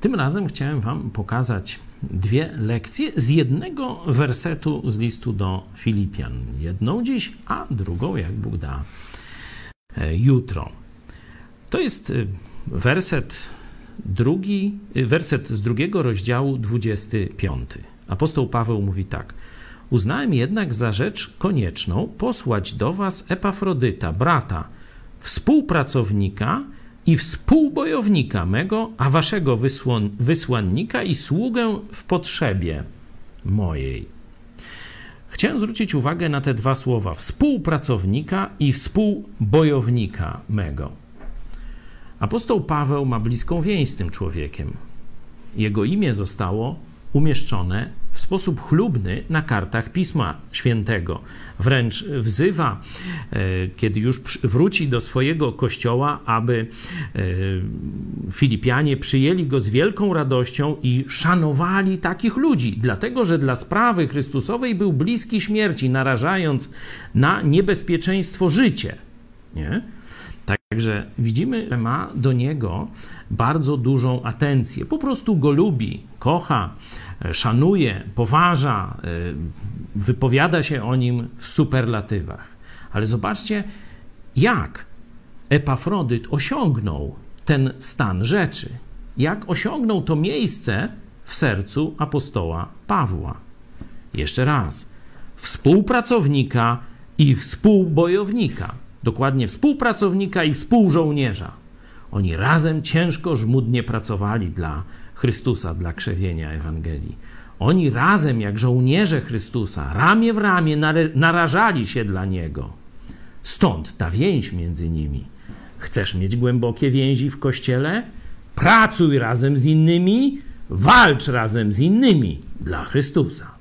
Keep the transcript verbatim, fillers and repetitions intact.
Tym razem chciałem wam pokazać dwie lekcje z jednego wersetu z listu do Filipian. Jedną dziś, a drugą, jak Bóg da, jutro. To jest werset drugi, werset z drugiego rozdziału, dwudziesty piąty. Apostoł Paweł mówi tak. Uznałem jednak za rzecz konieczną posłać do was Epafrodyta, brata, współpracownika i współbojownika mego, a waszego wysłan- wysłannika i sługę w potrzebie mojej. Chciałem zwrócić uwagę na te dwa słowa, współpracownika i współbojownika mego. Apostoł Paweł ma bliską więź z tym człowiekiem. Jego imię zostało umieszczone w sposób chlubny na kartach Pisma Świętego. Wręcz wzywa, kiedy już wróci do swojego kościoła, aby Filipianie przyjęli go z wielką radością i szanowali takich ludzi, dlatego że dla sprawy Chrystusowej był bliski śmierci, narażając na niebezpieczeństwo życie. Nie? Także widzimy, że ma do niego bardzo dużą atencję. Po prostu go lubi, kocha, szanuje, poważa, wypowiada się o nim w superlatywach. Ale zobaczcie, jak Epafrodyt osiągnął ten stan rzeczy. Jak osiągnął to miejsce w sercu apostoła Pawła. Jeszcze raz. Współpracownika i współbojownika. Dokładnie współpracownika i współżołnierza. Oni razem ciężko, żmudnie pracowali dla Chrystusa, dla krzewienia Ewangelii. Oni razem, jak żołnierze Chrystusa, ramię w ramię narażali się dla Niego. Stąd ta więź między nimi. Chcesz mieć głębokie więzi w Kościele? Pracuj razem z innymi, walcz razem z innymi dla Chrystusa.